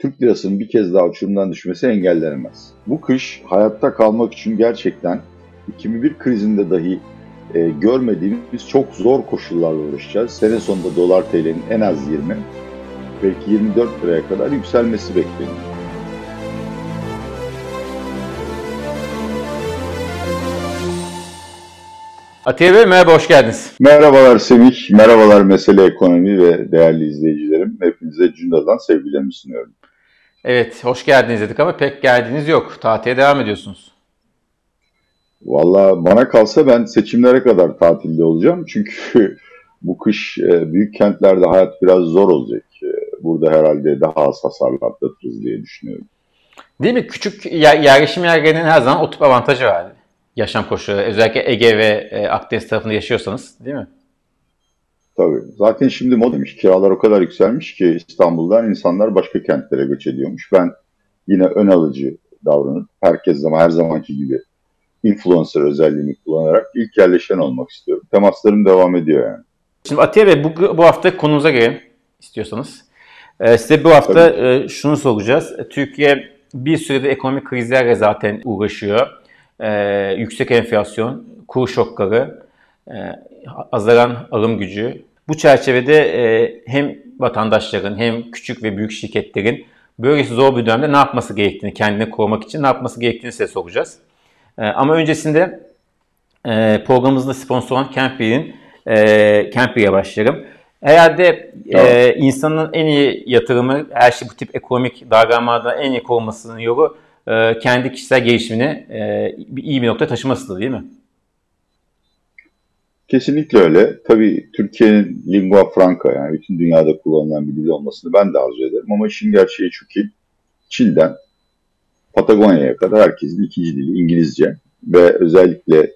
Türk lirasının bir kez daha uçurumdan düşmesi engellenemez. Bu kış hayatta kalmak için gerçekten 2001 krizinde dahi görmediğimiz çok zor koşullarla uğraşacağız. Sene sonunda dolar TL'nin en az 20, belki 24 liraya kadar yükselmesi bekleniyor. Atiye Bey merhaba, hoş geldiniz. Merhabalar Semih, merhabalar Mesele Ekonomi ve değerli izleyicilerim. Hepinize Cunda'dan sevgilerimi sunuyorum. Evet, hoş geldiniz dedik ama pek geldiğiniz yok. Tatile devam ediyorsunuz. Valla bana kalsa ben seçimlere kadar tatilde olacağım. Çünkü bu kış büyük kentlerde hayat biraz zor olacak. Burada herhalde daha az hasarla atlatırız diye düşünüyorum. Değil mi? Küçük yerleşim yerlerinin her zaman o tip avantajı var. Yaşam koşulları, özellikle Ege ve Akdeniz tarafında yaşıyorsanız, değil mi? Tabii. Zaten şimdi modaymış. Kiralar o kadar yükselmiş ki İstanbul'dan insanlar başka kentlere göç ediyormuş. Ben yine ön alıcı davranıp her zamanki gibi influencer özelliğini kullanarak ilk yerleşen olmak istiyorum. Temaslarım devam ediyor yani. Şimdi Atiye Bey bu hafta konumuza gelelim istiyorsanız. Size bu hafta şunu soracağız. Türkiye bir süredir ekonomik krizlerle zaten uğraşıyor. Yüksek enflasyon, kur şokları, azalan alım gücü. Bu çerçevede hem vatandaşların hem küçük ve büyük şirketlerin böyle zor bir dönemde ne yapması gerektiğini, kendini korumak için ne yapması gerektiğini size soracağız. Ama öncesinde programımızda sponsor olan Campy'ye başlarım. Herhalde insanın en iyi yatırımı, her şey bu tip ekonomik daralmadan en iyi korunmasının yolu kendi kişisel gelişimini iyi bir noktaya taşımasıdır, değil mi? Kesinlikle öyle. Tabii Türkiye'nin lingua franca, yani bütün dünyada kullanılan bir dil olmasını ben de arzu ederim. Ama işin gerçeği şu ki Çin'den Patagonya'ya kadar herkesin ikinci dili İngilizce ve özellikle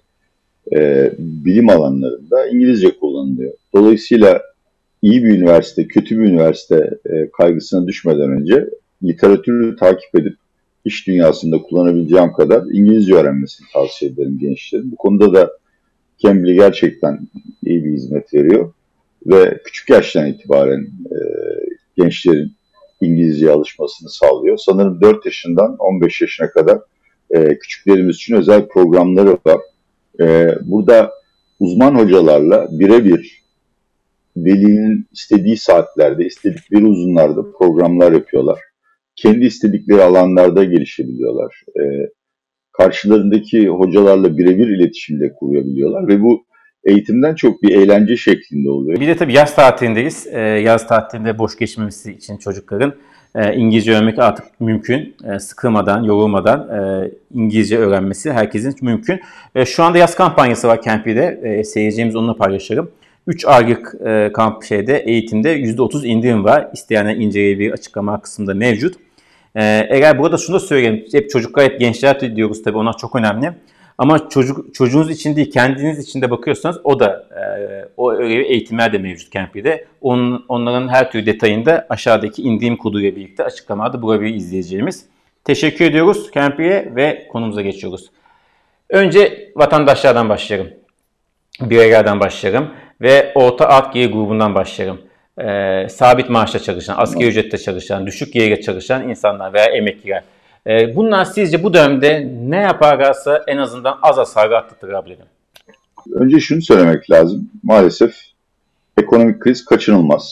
bilim alanlarında İngilizce kullanılıyor. Dolayısıyla iyi bir üniversite, kötü bir üniversite kaygısına düşmeden önce literatürü takip edip iş dünyasında kullanabileceğim kadar İngilizce öğrenmesini tavsiye ederim gençlerin. Bu konuda da Cambly gerçekten iyi bir hizmet veriyor ve küçük yaştan itibaren gençlerin İngilizceye alışmasını sağlıyor. Sanırım 4 yaşından 15 yaşına kadar küçüklerimiz için özel programları var. Burada uzman hocalarla birebir velinin istediği saatlerde, istedikleri uzunlarda programlar yapıyorlar. Kendi istedikleri alanlarda gelişebiliyorlar. Karşılarındaki hocalarla birebir iletişimde kurabiliyorlar ve bu eğitimden çok bir eğlence şeklinde oluyor. Bir de tabii yaz tatilindeyiz. Yaz tatilinde boş geçmemesi için çocukların İngilizce öğrenmek artık mümkün. Sıkılmadan, yorulmadan İngilizce öğrenmesi herkesin mümkün. Şu anda yaz kampanyası var Campy'de. Seyircimiz onunla paylaşırım. 3 aylık eğitimde %30 indirim var. İsteyenler inceleyebilir, açıklama kısmında mevcut. Eğer burada şunu da söyleyelim. Hep çocuklar, hep gençler diyoruz tabii, onlar çok önemli. Ama çocuğunuz için değil, kendiniz için de bakıyorsanız o da o öyle eğitimler de mevcut Campy'de. Onların her türlü detayında aşağıdaki indirim koduyla birlikte açıklamada bulabilir izleyeceğimiz. Teşekkür ediyoruz Campy'ye ve konumuza geçiyoruz. Önce vatandaşlardan başlayalım. Bireylerden başlarım ve orta alt gelir grubundan başlarım. Sabit maaşla çalışan, asgari ücretle çalışan, düşük gelirle çalışan insanlar veya emekliler. Bunlar sizce bu dönemde ne yaparlarsa en azından az hasarlı atlatılabilir? Önce şunu söylemek lazım. Maalesef ekonomik kriz kaçınılmaz.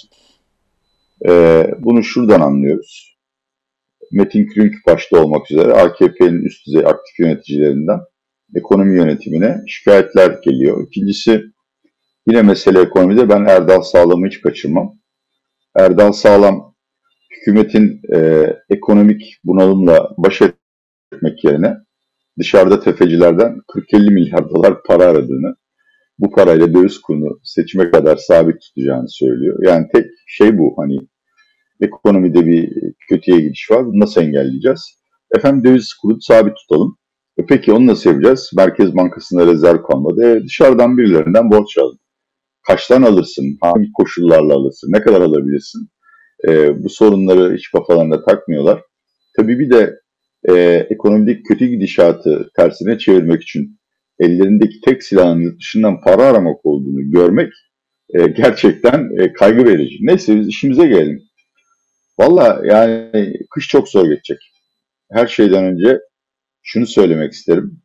Bunu şuradan anlıyoruz. Metin Külünk başta olmak üzere AKP'nin üst düzey aktif yöneticilerinden ekonomi yönetimine şikayetler geliyor. İkincisi, yine mesele ekonomide ben Erdal Sağlam'ı hiç kaçırmam. Erdal Sağlam, hükümetin ekonomik bunalımla baş etmek yerine dışarıda tefecilerden 40-50 milyar dolar para aradığını, bu parayla döviz kurunu seçime kadar sabit tutacağını söylüyor. Yani tek şey bu, hani ekonomide bir kötüye gidiş var, bunu nasıl engelleyeceğiz? Efendim döviz kurunu sabit tutalım. Peki onu nasıl yapacağız? Merkez Bankası'nda rezerv kalmadı. Dışarıdan birilerinden borç alın. Kaçtan alırsın? Hangi koşullarla alırsın? Ne kadar alabilirsin? Bu sorunları hiç kafalarında takmıyorlar. Tabii bir de ekonomideki kötü gidişatı tersine çevirmek için ellerindeki tek silahın yurt dışından para aramak olduğunu görmek gerçekten kaygı verici. Neyse biz işimize gelelim. Valla yani kış çok zor geçecek. Her şeyden önce şunu söylemek isterim.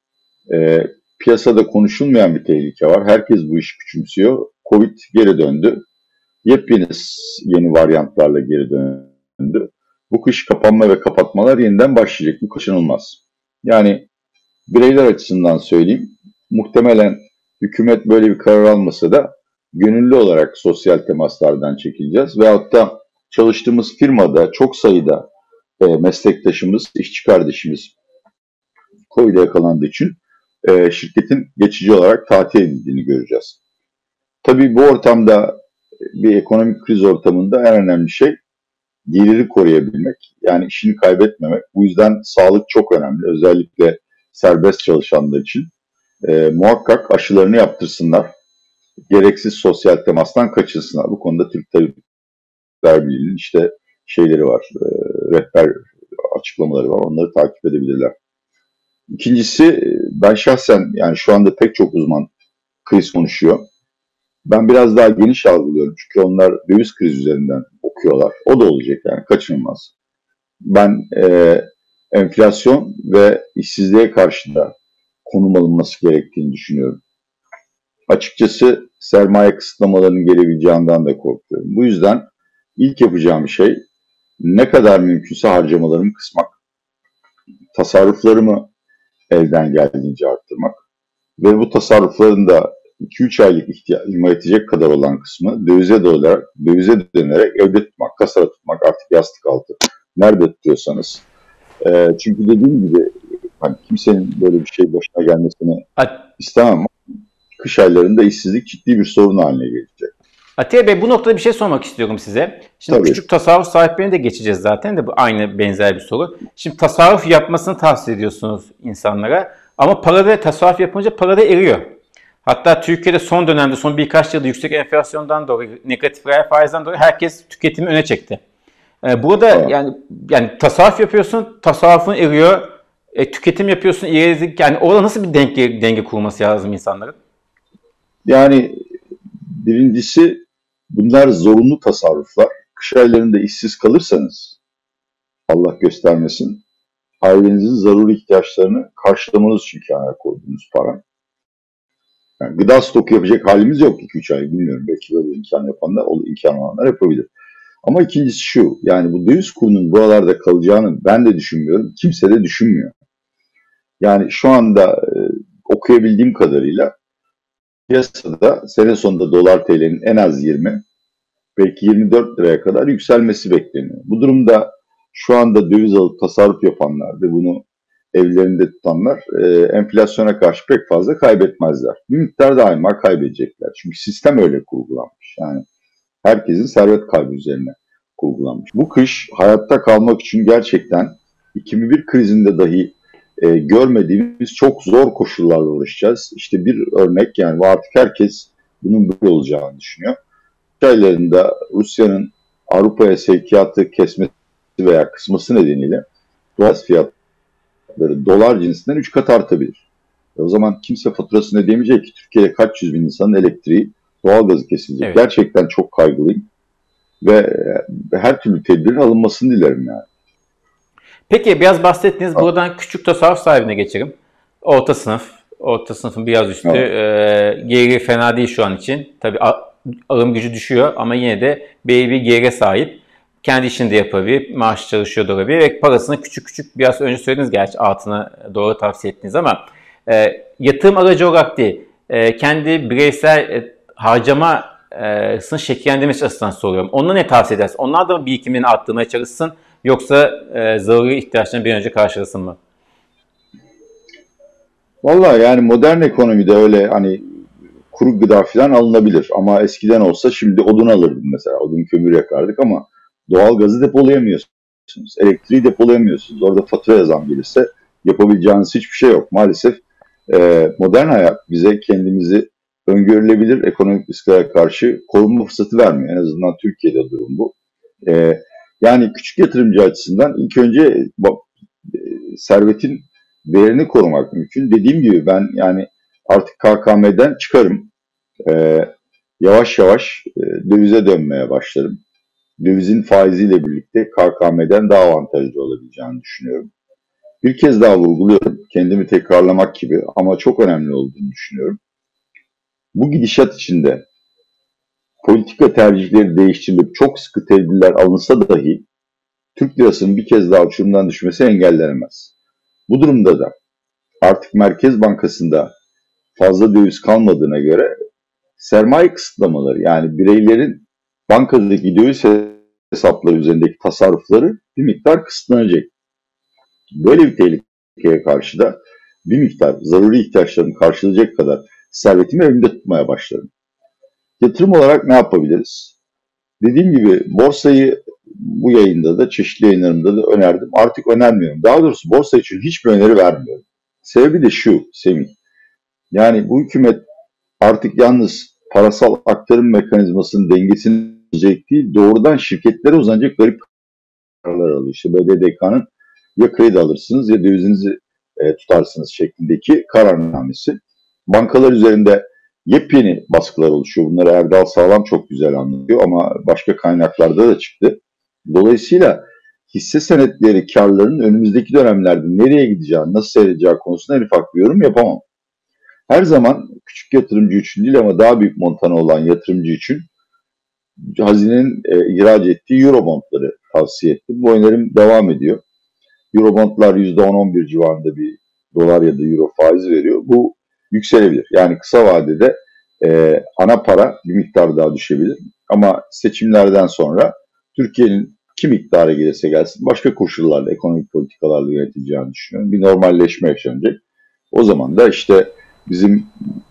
Ee, Piyasada konuşulmayan bir tehlike var. Herkes bu işi küçümsüyor. Covid geri döndü. Yepyeni yeni varyantlarla geri döndü. Bu kış kapanma ve kapatmalar yeniden başlayacak. Bu kaçınılmaz. Yani bireyler açısından söyleyeyim. Muhtemelen hükümet böyle bir karar almasa da gönüllü olarak sosyal temaslardan çekileceğiz. Veyahut da çalıştığımız firmada çok sayıda meslektaşımız, işçi kardeşimiz COVID'e yakalandığı için şirketin geçici olarak tatil edildiğini göreceğiz. Tabii bu ortamda bir ekonomik kriz ortamında en önemli şey geliri koruyabilmek. Yani işini kaybetmemek. Bu yüzden sağlık çok önemli. Özellikle serbest çalışanlar için. Muhakkak aşılarını yaptırsınlar. Gereksiz sosyal temastan kaçınsınlar. Bu konuda Türk Tabipler Birliği'nin işte şeyleri var. Rehber açıklamaları var. Onları takip edebilirler. İkincisi ben şahsen yani şu anda pek çok uzman kriz konuşuyor. Ben biraz daha geniş algılıyorum. Çünkü onlar döviz krizi üzerinden okuyorlar. O da olacak yani kaçınılmaz. Ben enflasyon ve işsizliğe karşı da konum alınması gerektiğini düşünüyorum. Açıkçası sermaye kısıtlamalarının gelebileceğinden de korkuyorum. Bu yüzden ilk yapacağım şey ne kadar mümkünse harcamalarımı kısmak, tasarruflarımı elden geldiğince arttırmak ve bu tasarrufların da 2-3 aylık ihtiyacıma yetecek kadar olan kısmı dövize dönerek evde tutmak, kasada tutmak, artık yastık altı. Nerede tutuyorsanız. Çünkü dediğim gibi hani kimsenin böyle bir şey başına gelmesini istemem. Kış aylarında işsizlik ciddi bir sorun haline gelecek. Atiye Bey bu noktada bir şey sormak istiyorum size. Şimdi Tabii. küçük tasarruf sahiplerine de geçeceğiz zaten de bu aynı benzer bir soru. Şimdi tasarruf yapmasını tavsiye ediyorsunuz insanlara ama parada tasarruf yapınca parada eriyor. Hatta Türkiye'de son dönemde son birkaç yılda yüksek enflasyondan dolayı negatif reel faizden dolayı herkes tüketimi öne çekti. Burada Tamam. yani tasarruf yapıyorsun, tasarrufun eriyor. Tüketim yapıyorsun, yani orada nasıl bir denge kurması lazım insanların? Yani birincisi bunlar zorunlu tasarruflar. Kış aylarında işsiz kalırsanız Allah göstermesin ailenizin zaruri ihtiyaçlarını karşılamanız için kenara koyduğunuz para. Yani gıda stoku yapacak halimiz yok 2-3 ay bilmiyorum. Belki böyle imkan yapanlar, imkan olanlar yapabilir. Ama ikincisi şu, yani bu döviz kurunun buralarda kalacağını ben de düşünmüyorum. Kimse de düşünmüyor. Yani şu anda okuyabildiğim kadarıyla piyasada sene sonunda dolar TL'nin en az 20, belki 24 liraya kadar yükselmesi bekleniyor. Bu durumda şu anda döviz alıp tasarruf yapanlar ve bunu evlerinde tutanlar enflasyona karşı pek fazla kaybetmezler. Bir miktar daima kaybedecekler. Çünkü sistem öyle kurgulanmış. Yani herkesin servet kaybı üzerine kurgulanmış. Bu kış hayatta kalmak için gerçekten 2001 krizinde dahi görmediğimiz çok zor koşullarla uğraşacağız. İşte bir örnek yani artık herkes bunun böyle olacağını düşünüyor. Aylarında Rusya'nın Avrupa'ya sevkiyatı kesmesi veya kısması nedeniyle gaz fiyatları dolar cinsinden 3 kat artabilir. O zaman kimse faturasını ödeyemeyecek ki Türkiye'de kaç yüz bin insanın elektriği, doğalgazı kesilecek. Evet. Gerçekten çok kaygılıyım ve her türlü tedbirin alınmasını dilerim yani. Peki biraz bahsettiğiniz buradan küçük tasarruf sahibine geçelim. Orta sınıfın biraz üstü. Evet. Geliri fena değil şu an için. Tabii alım gücü düşüyor ama yine de belli bir gelire sahip. Kendi işini de yapabilir, maaş çalışıyor da olabilir ve parasını küçük küçük biraz önce söylediniz gerçi altına doğru tavsiye ettiniz ama yatırım aracı olarak değil, kendi bireysel harcamasını şekillendirmesi açısından soruyorum. Onunla ne tavsiye edersiniz? Onlar da mı birikimini arttırmaya çalışsın yoksa zaruri ihtiyaçlarını bir an önce karşılasın mı? Vallahi yani modern ekonomide öyle hani kuru gıda falan alınabilir ama eskiden olsa şimdi odun alırdım mesela. Odun kömür yakardık ama doğal gazı depolayamıyorsunuz. Elektriği depolayamıyorsunuz. Orada fatura zam gelirse yapabileceğiniz hiçbir şey yok. Maalesef modern hayat bize kendimizi öngörülebilir ekonomik risklere karşı korunma fırsatı vermiyor. En azından Türkiye'de durum bu. Yani küçük yatırımcı açısından ilk önce servetin değerini korumak mümkün. Dediğim gibi ben yani artık KKM'den çıkarım. Yavaş yavaş dövize dönmeye başlarım. dövizin faiziyle birlikte KKM'den daha avantajlı olabileceğini düşünüyorum. Bir kez daha vurguluyorum, kendimi tekrarlamak gibi ama çok önemli olduğunu düşünüyorum. Bu gidişat içinde politika tercihleri değiştirilip çok sıkı tedbirler alınsa dahi Türk lirasının bir kez daha uçurumdan düşmesi engellenemez. Bu durumda da artık Merkez Bankası'nda fazla döviz kalmadığına göre sermaye kısıtlamaları, yani bireylerin bankadaki döviz hesapları üzerindeki tasarrufları bir miktar kısıtlanacak. Böyle bir tehlikeye karşı da bir miktar zaruri ihtiyaçlarını karşılayacak kadar servetimi evimde tutmaya başladım. Yatırım olarak ne yapabiliriz? Dediğim gibi borsayı bu yayında da, çeşitli yayınlarımda da önerdim. Artık önermiyorum. Daha doğrusu borsa için hiçbir öneri vermiyorum. Sebebi de şu Semih. Yani bu hükümet artık yalnız parasal aktarım mekanizmasının dengesini bozacak değil, doğrudan şirketlere uzanacak garip kararlar alıyor. İşte BDDK'nın ya kredi alırsınız ya dövizinizi tutarsınız şeklindeki kararnamesi. Bankalar üzerinde yepyeni baskılar oluşuyor. Bunları Erdal Sağlam çok güzel anlatıyor ama başka kaynaklarda da çıktı. Dolayısıyla hisse senetleri karlarının önümüzdeki dönemlerde nereye gideceği, nasıl seyredeceği konusunda en ufak bir yorum yapamam. Her zaman küçük yatırımcı için değil ama daha büyük montanı olan yatırımcı için hazinenin ihraç ettiği Eurobondları tavsiye ettim. Bu önerim devam ediyor. Eurobondlar %10-11 civarında bir dolar ya da euro faiz veriyor. Bu yükselebilir. Yani kısa vadede ana para bir miktar daha düşebilir. Ama seçimlerden sonra Türkiye'nin iki miktara gelirse gelsin başka koşullarla, ekonomik politikalarla yönetileceğini düşünüyorum. Bir normalleşme yaşanacak. O zaman da işte bizim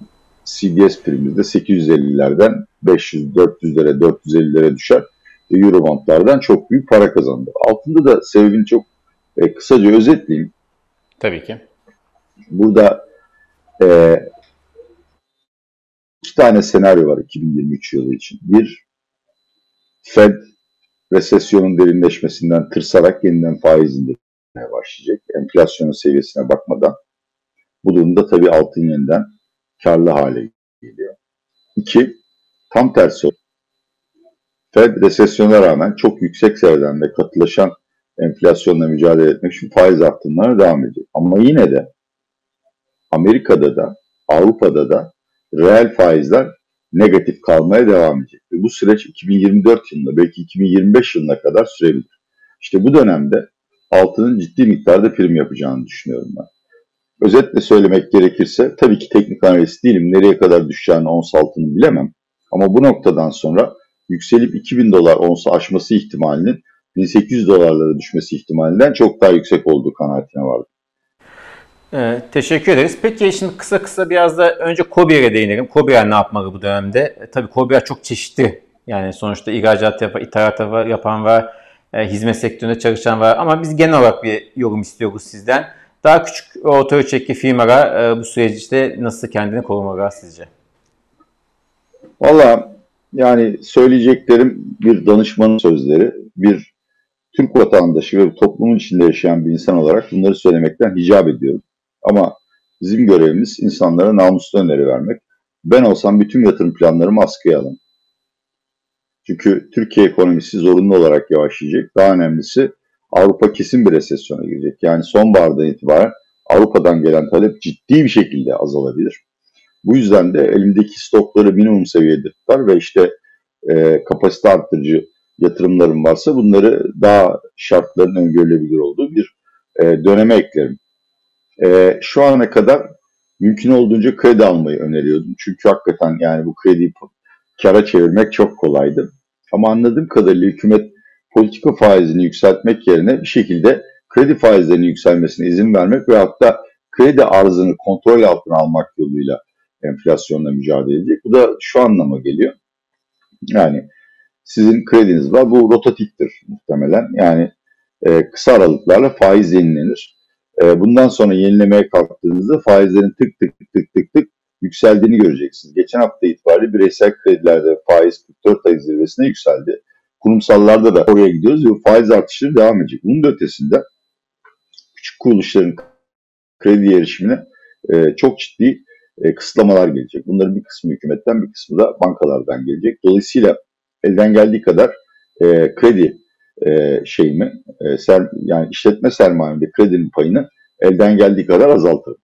CDS primimiz de 850'lerden 500-400'lere, 450'lere düşer. Eurobondlardan çok büyük para kazandı. Altında da sebebini çok kısaca özetleyeyim. Tabii ki. Burada iki tane senaryo var 2023 yılı için. Bir, Fed resesyonun derinleşmesinden tırsarak yeniden faiz indirmeye başlayacak. Enflasyonun seviyesine bakmadan. Bu durumda tabii altın yeniden karlı hale geliyor. İki, tam tersi. Fed resesyona rağmen çok yüksek seviyeden ve katılaşan enflasyonla mücadele etmek için faiz arttırımlarına devam ediyor. Ama yine de Amerika'da da Avrupa'da da reel faizler negatif kalmaya devam edecek. Ve bu süreç 2024 yılında belki 2025 yılına kadar sürebilir. İşte bu dönemde altının ciddi miktarda prim yapacağını düşünüyorum ben. Özetle söylemek gerekirse tabii ki teknik analist değilim. Nereye kadar düşeceğini ons altını bilemem. Ama bu noktadan sonra yükselip 2000 dolar onsu aşması ihtimalinin 1800 dolarlara düşmesi ihtimalinden çok daha yüksek olduğu kanaatine vardım. Teşekkür ederiz. Peki şimdi kısa biraz da önce KOBİ'ye değinelim. KOBİ'ler ne yapmalı bu dönemde? Tabii KOBİ'ler çok çeşitli. Yani sonuçta ihracat yapan, ithalat yapan var, hizmet sektöründe çalışan var. Ama biz genel olarak bir yorum istiyoruz sizden. Daha küçük orta ölçekli firmalar bu süreçte nasıl kendini korumalı sizce? Valla yani söyleyeceklerim bir danışmanın sözleri, bir Türk vatandaşı ve toplumun içinde yaşayan bir insan olarak bunları söylemekten hicap ediyorum. Ama bizim görevimiz insanlara namuslu öneri vermek. Ben olsam bütün yatırım planlarımı askıya alın. Çünkü Türkiye ekonomisi zorunlu olarak yavaşlayacak. Daha önemlisi Avrupa kesin bir resesyona girecek. Yani sonbahardan itibaren Avrupa'dan gelen talep ciddi bir şekilde azalabilir. Bu yüzden de elimdeki stokları minimum seviyede tutar ve işte kapasite arttırıcı yatırımlarım varsa bunları daha şartların öngörülebilir olduğu bir döneme eklerim. Şu ana kadar mümkün olduğunca kredi almayı öneriyordum. Çünkü hakikaten yani bu krediyi kara çevirmek çok kolaydı. Ama anladığım kadarıyla hükümet politika faizini yükseltmek yerine bir şekilde kredi faizlerinin yükselmesine izin vermek ve hatta kredi arzını kontrol altına almak yoluyla enflasyonla mücadele edecek. Bu da şu anlama geliyor. Yani sizin krediniz var. Bu rotatiftir muhtemelen. Yani kısa aralıklarla faiz yenilenir. Bundan sonra yenilemeye kalktığınızda faizlerin tık tık tık tık tık yükseldiğini göreceksiniz. Geçen hafta itibariyle bireysel kredilerde faiz 44 ay zirvesine yükseldi. Kurumsallarda da oraya gidiyoruz ve faiz artışları devam edecek. Bunun da ötesinde küçük kuruluşların kredi erişimine çok ciddi kısıtlamalar gelecek. Bunların bir kısmı hükümetten, bir kısmı da bankalardan gelecek. Dolayısıyla elden geldiği kadar kredi şeyimi, yani işletme sermayemde kredinin payını elden geldiği kadar azaltırım.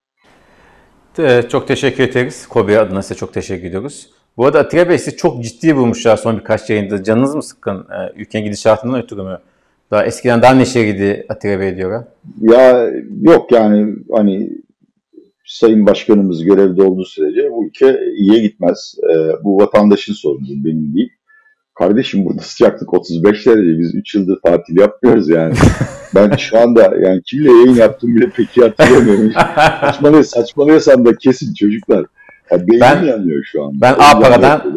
Çok teşekkür ederiz. KOBİ adına size çok teşekkür ediyoruz. Bu arada Atilla Bey sizi çok ciddi bulmuşlar son birkaç yayında. Canınız mı sıkkın? Ülkenin gidişatından ötürü mü? Daha eskiden daha neşeliydi Atilla Bey diyor ha. Ya yok yani hani Sayın Başkanımız görevde olduğu sürece bu ülke iyiye gitmez. Bu vatandaşın sorunu, benim değil. Kardeşim burada sıcaklık 35 derece. Biz 3 yıldır tatil yapmıyoruz yani. Ben şu anda yani kimle yayın yaptım bile pek iyi hatırlamıyorum. Saçmalıyorsam da kesin çocuklar. Ya beynim yanıyor şu anda. Ben A-Para'dan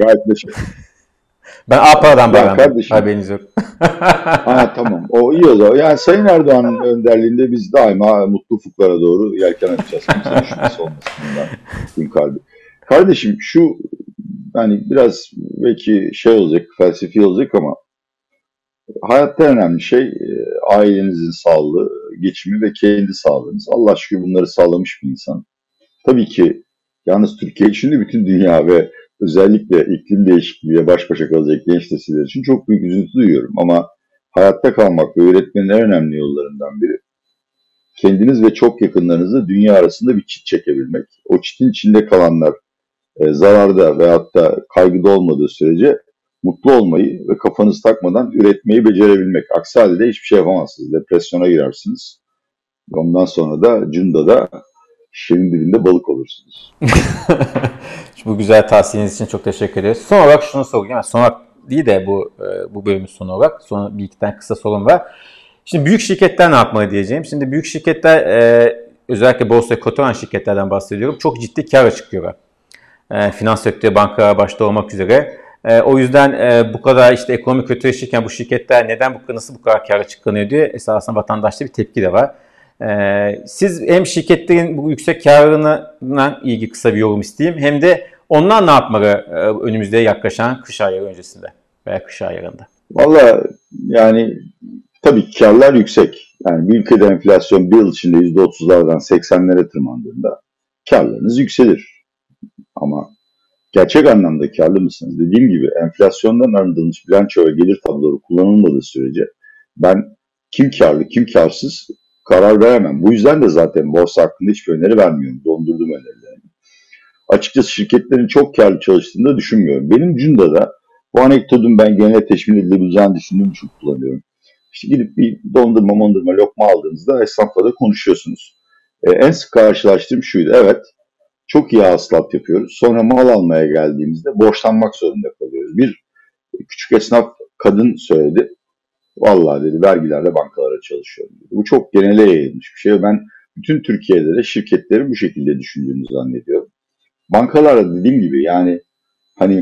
bağlandım. Haberiniz yok. Ha tamam. O iyi o zaman. Yani Sayın Erdoğan'ın önderliğinde biz daima mutlu ufuklara doğru yelken açacağız. Kimsenin şüphesi olmasın. Kardeşim şu hani biraz belki olacak, felsefi olacak ama hayatta önemli şey ailenizin sağlığı, geçimi ve kendi sağlığınız. Allah şükür bunları sağlamış bir insan. Tabii ki yalnız Türkiye için de bütün dünya ve özellikle iklim değişikliğiyle baş başa kalacak genç nesiller için çok büyük üzüntü duyuyorum. Ama hayatta kalmak ve üretmenin en önemli yollarından biri kendiniz ve çok yakınlarınızla dünya arasında bir çit çekebilmek. O çitin içinde kalanlar zararda veyahut da kaygıda olmadığı sürece mutlu olmayı ve kafanızı takmadan üretmeyi becerebilmek. Aksi halde hiçbir şey yapamazsınız. Depresyona girersiniz. Ondan sonra da Cunda'da şişenin dibinde balık olursunuz. Bu güzel tavsiyeniz için çok teşekkür ederiz. Son olarak şunu sorayım. Yani son olarak değil de bu bölümün sonu olarak. Sonra bir iki tane kısa sorum var. Şimdi büyük şirketler ne yapmalı diyeceğim. Şimdi büyük şirketler özellikle borsaya kote olan şirketlerden bahsediyorum. Çok ciddi kar açıklıyorlar. Finans sektörü, bankalar başta olmak üzere. O yüzden bu kadar işte ekonomi kötüleşirken bu şirketler nasıl bu kadar kar açıklanıyor diye esasında vatandaşta bir tepki de var. Siz hem şirketlerin bu yüksek karına ilgili kısa bir yorum isteyeyim hem de onlar ne yapmalı önümüzde yaklaşan kış ayları öncesinde veya kış aylarında? Valla yani tabii karlar yüksek. Yani bir ülkede enflasyon bir yıl içinde %30'lardan 80'lere tırmandığında karlarınız yükselir. Ama gerçek anlamda karlı mısınız? Dediğim gibi enflasyondan arındırılmış bilanço ve gelir tabloları kullanılmadığı sürece ben kim karlı kim karsız karar veremem. Bu yüzden de zaten borsa hakkında hiçbir öneri vermiyorum. Dondurdum önerilerimi. Açıkçası şirketlerin çok karlı çalıştığını da düşünmüyorum. Benim Cunda'da bu anekdotun ben genel teşmil edilebileceğini düşündüğüm için kullanıyorum. İşte gidip bir dondurma lokma aldığınızda esnafla da konuşuyorsunuz. En sık karşılaştığım şuydu. Evet, çok iyi hasılat yapıyoruz. Sonra mal almaya geldiğimizde borçlanmak zorunda kalıyoruz. Bir küçük esnaf kadın söyledi. Vallahi dedi vergilerle bankalara çalışıyorum dedi. Bu çok genele yayılmış bir şey. Ben bütün Türkiye'de de şirketleri bu şekilde düşündüğünü zannediyorum. Bankalarla dediğim gibi yani hani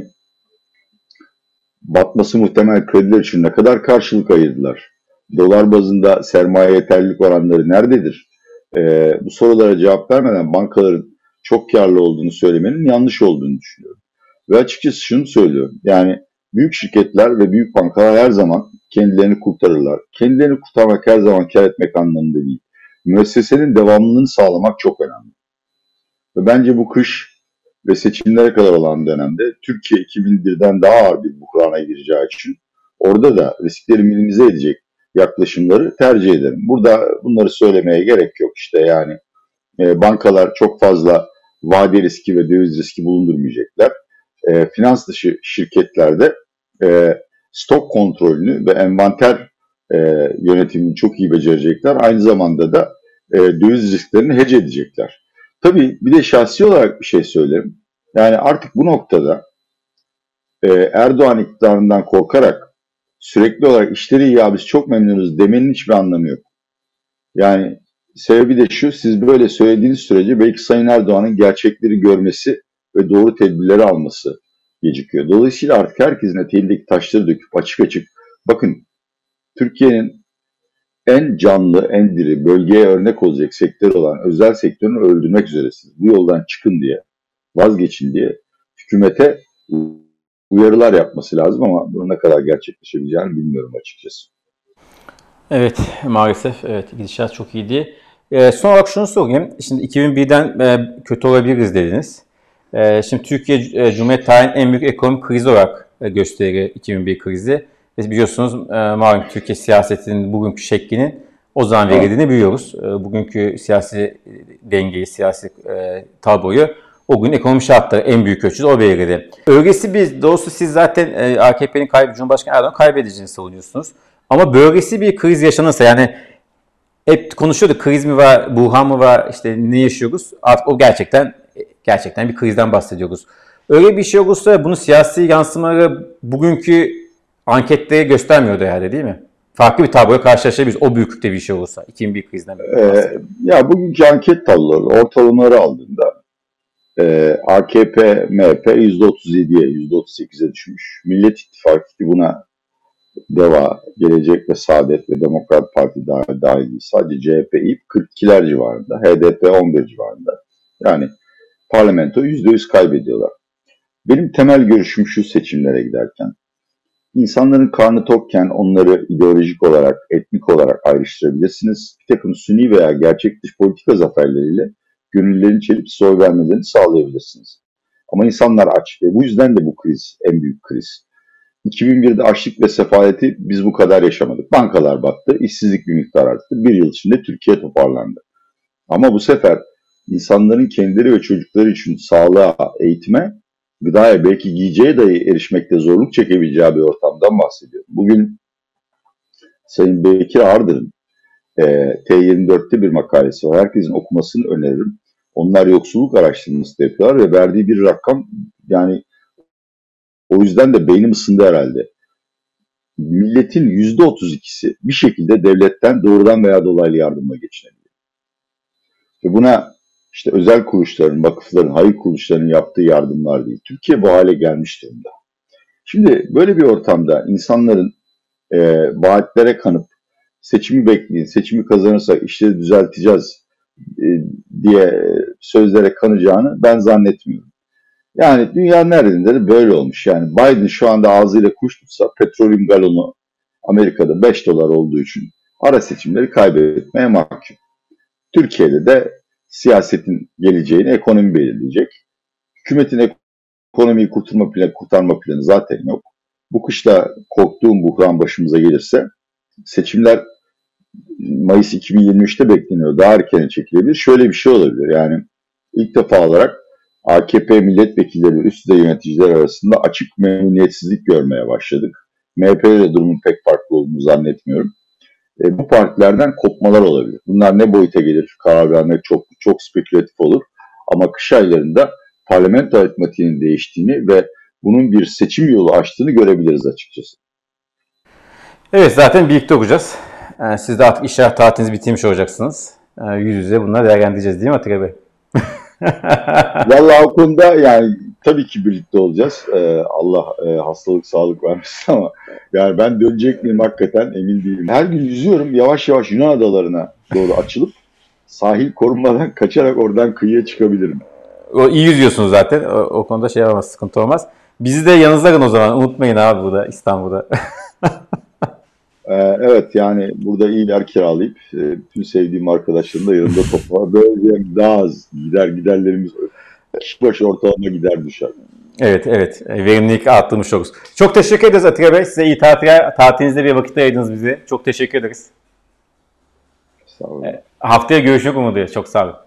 batması muhtemel krediler için ne kadar karşılık ayırdılar? Dolar bazında sermaye yeterlilik oranları nerededir? Bu sorulara cevap vermeden bankaların çok karlı olduğunu söylemenin yanlış olduğunu düşünüyorum. Ve açıkçası şunu söylüyorum. Yani büyük şirketler ve büyük bankalar her zaman kendilerini kurtarırlar. Kendilerini kurtarmak her zaman kar etmek anlamında değil. Müessesenin devamlılığını sağlamak çok önemli. Ve bence bu kış ve seçimlere kadar olan dönemde Türkiye 2001'den daha ağır bir buhrana gireceği için orada da riskleri minimize edecek yaklaşımları tercih ederim. Burada bunları söylemeye gerek yok işte yani bankalar çok fazla vade riski ve döviz riski bulundurmayacaklar. Finans dışı şirketlerde stok kontrolünü ve envanter yönetimini çok iyi becerecekler. Aynı zamanda da döviz risklerini hedge edecekler. Tabii bir de şahsi olarak bir şey söylerim. Yani artık bu noktada Erdoğan iktidarından korkarak sürekli olarak işleri iyi ya biz çok memnunuz demenin hiçbir anlamı yok. Yani sebebi de şu, siz böyle söylediğiniz sürece belki Sayın Erdoğan'ın gerçekleri görmesi ve doğru tedbirleri alması gecikiyor. Dolayısıyla artık herkesin eteğindeki taşları döküp açık açık bakın Türkiye'nin en canlı, en diri, bölgeye örnek olacak sektör olan özel sektörünü öldürmek üzeresiniz. Bu yoldan çıkın diye, vazgeçin diye hükümete uyarılar yapması lazım ama bunun ne kadar gerçekleşebileceğini bilmiyorum açıkçası. Evet, maalesef evet gidişat çok iyiydi. Son olarak şunu sorayım. Şimdi 2001'den kötü olabiliriz dediniz. Şimdi Türkiye Cumhuriyet tarihinin en büyük ekonomik krizi olarak gösteriyor 2001 krizi. Ve biliyorsunuz malum Türkiye siyasetinin bugünkü şeklinin o zaman verildiğini biliyoruz. Bugünkü siyasi dengeyi, siyasi tabloyu o gün ekonomi şartları en büyük ölçüde o belirledi. Öylesi bir, doğrusu siz zaten AKP'nin Cumhurbaşkanı Erdoğan kaybedeceğini savunuyorsunuz. Ama bölgesi bir kriz yaşanırsa, yani hep konuşuyorduk, kriz mi var, buhran mı var, işte ne yaşıyoruz? Artık o gerçekten bir krizden bahsediyoruz. Öyle bir şey olursa bunun siyasi yansımaları bugünkü anketleri göstermiyordu herhalde, değil mi? Farklı bir tabloya karşılaşabiliriz o büyüklükte bir şey olursa. 2001 krizden bahsediyoruz. Ya bugünkü anket tabloları ortalamaları aldığında AKP, MHP %37'ye, %38'e düşmüş. Millet İttifakı ki buna DEVA, Gelecek ve Saadet ve Demokrat Parti dahil değil. Sadece CHP İYİP 42'ler civarında, HDP 11 civarında. Yani parlamento %100 kaybediyorlar. Benim temel görüşüm şu seçimlere giderken. İnsanların karnı tokken onları ideolojik olarak, etnik olarak ayrıştırabilirsiniz. Bir takım suni veya gerçek dışı politika zaferleriyle gönüllerini çelip size oy vermelerini sağlayabilirsiniz. Ama insanlar aç ve bu yüzden de bu kriz en büyük kriz. 2001'de açlık ve sefaleti biz bu kadar yaşamadık. Bankalar battı, işsizlik bir miktar arttı. Bir yıl içinde Türkiye toparlandı. Ama bu sefer insanların kendileri ve çocukları için sağlığa, eğitime, gıdaya, belki giyeceğe dahi erişmekte zorluk çekebileceği bir ortamdan bahsediyorum. Bugün Sayın Bekir Ardır'ın T24'te bir makalesi var. Herkesin okumasını öneririm. Onlar yoksulluk araştırması da yapıyorlar ve verdiği bir rakam, yani o yüzden de beynim ısındı herhalde. Milletin %32'si bir şekilde devletten doğrudan veya dolaylı yardımla geçinebiliyor. Ve buna işte özel kuruluşların, vakıfların, hayır kuruluşlarının yaptığı yardımlar değil. Türkiye bu hale gelmiş durumda. Şimdi böyle bir ortamda insanların vaatlere kanıp seçimi bekleyin, seçimi kazanırsak işleri düzelteceğiz diye sözlere kanacağını ben zannetmiyorum. Yani dünyanın neredeyinde de böyle olmuş. Yani Biden şu anda ağzıyla kuş tutsa petrolün galonu Amerika'da 5 dolar olduğu için ara seçimleri kaybetmeye mahkum. Türkiye'de de siyasetin geleceğini ekonomi belirleyecek. Hükümetin ekonomiyi kurtarma planı zaten yok. Bu kışta korktuğum buhran başımıza gelirse seçimler Mayıs 2023'te bekleniyor. Daha erken çekilebilir. Şöyle bir şey olabilir. Yani ilk defa olarak AKP milletvekilleri ve üst düzey yöneticiler arasında açık memnuniyetsizlik görmeye başladık. MHP'de de durumun pek farklı olduğunu zannetmiyorum. Bu partilerden kopmalar olabilir. Bunlar ne boyuta gelir? Karar vermek çok spekülatif olur. Ama kış aylarında parlamento aritmatiğinin değiştiğini ve bunun bir seçim yolu açtığını görebiliriz açıkçası. Evet, zaten birlikte okuyacağız. Siz de artık işaret tatiliniz bitirmiş olacaksınız. Yüz yüze bunları değerlendireceğiz, değil mi Atilla Bey? Vallahi o konuda yani tabii ki birlikte olacağız. Allah hastalık, sağlık vermesin ama yani ben dönecek miyim hakikaten emin değilim. Her gün yüzüyorum, yavaş yavaş Yunan adalarına doğru açılıp sahil korunmadan kaçarak oradan kıyıya çıkabilirim. O iyi yüzüyorsunuz zaten. O konuda şey olmaz, sıkıntı olmaz. Bizi de yanınızda kalın o zaman. Unutmayın abi, burada İstanbul'da. Evet, yani burada iyi bir yer kiralayıp bütün sevdiğim arkadaşlarım da yanımda toplar. Böylece daha az giderlerimiz kişi başı ortalama gider düşer. Evet. Verimlilik arttırmış oluruz. Çok teşekkür ederiz Atilla Bey. Size iyi tatilinizde bir vakit ayırdınız bize. Çok teşekkür ederiz. Sağ olun. Haftaya görüşmek umuduyla. Çok sağ olun.